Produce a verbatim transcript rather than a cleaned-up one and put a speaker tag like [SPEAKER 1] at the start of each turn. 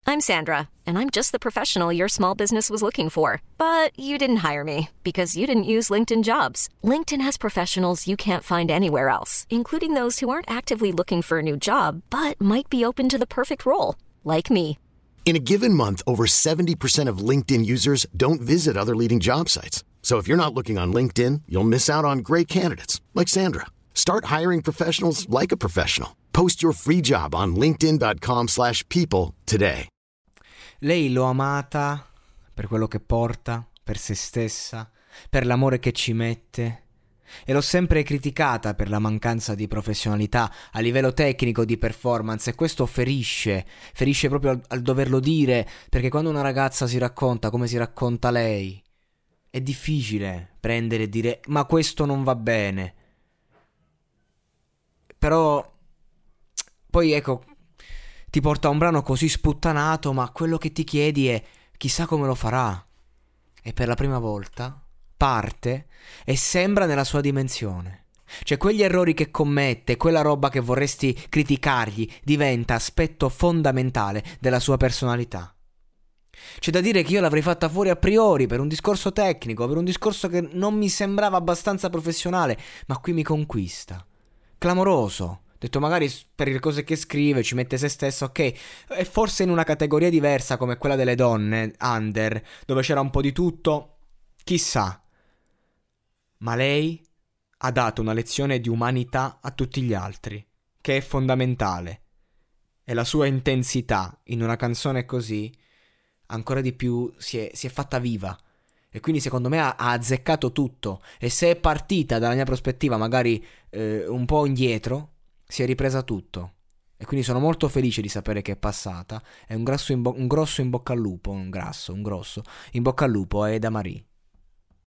[SPEAKER 1] I'm Sandra, and I'm just the professional your small business was looking for. But you didn't hire me because you didn't use LinkedIn Jobs. LinkedIn has professionals you can't find anywhere else, including those who aren't actively looking for a new job, but might be open to the perfect role, like me.
[SPEAKER 2] In a given month, over seventy percent of LinkedIn users don't visit other leading job sites. So if you're not looking on LinkedIn, you'll miss out on great candidates like Sandra. Start hiring professionals like a professional. Post your free job on linkedin.com slash people today.
[SPEAKER 3] Lei l'ho amata per quello che porta, per se stessa, per l'amore che ci mette, e l'ho sempre criticata per la mancanza di professionalità a livello tecnico, di performance, e questo ferisce, ferisce proprio al, al doverlo dire, perché quando una ragazza si racconta come si racconta lei, è difficile prendere e dire ma questo non va bene. Però poi ecco, ti porta un brano così sputtanato, ma quello che ti chiedi è chissà come lo farà. E per la prima volta parte e sembra nella sua dimensione. Cioè quegli errori che commette, quella roba che vorresti criticargli, diventa aspetto fondamentale della sua personalità. C'è da dire che io l'avrei fatta fuori a priori per un discorso tecnico, per un discorso che non mi sembrava abbastanza professionale, ma qui mi conquista. Clamoroso. Ho detto magari per le cose che scrive ci mette se stesso, ok, e forse in una categoria diversa come quella delle donne, under, dove c'era un po' di tutto, chissà. Ma lei ha dato una lezione di umanità a tutti gli altri, che è fondamentale. E la sua intensità in una canzone così ancora di più si è, si è fatta viva. E quindi secondo me ha, ha azzeccato tutto. E se è partita dalla mia prospettiva magari eh, un po' indietro, si è ripresa tutto. E quindi sono molto felice di sapere che è passata. È un, grasso in bo- un grosso in bocca al lupo. Un grasso, un grosso in bocca al lupo a Eda Marie.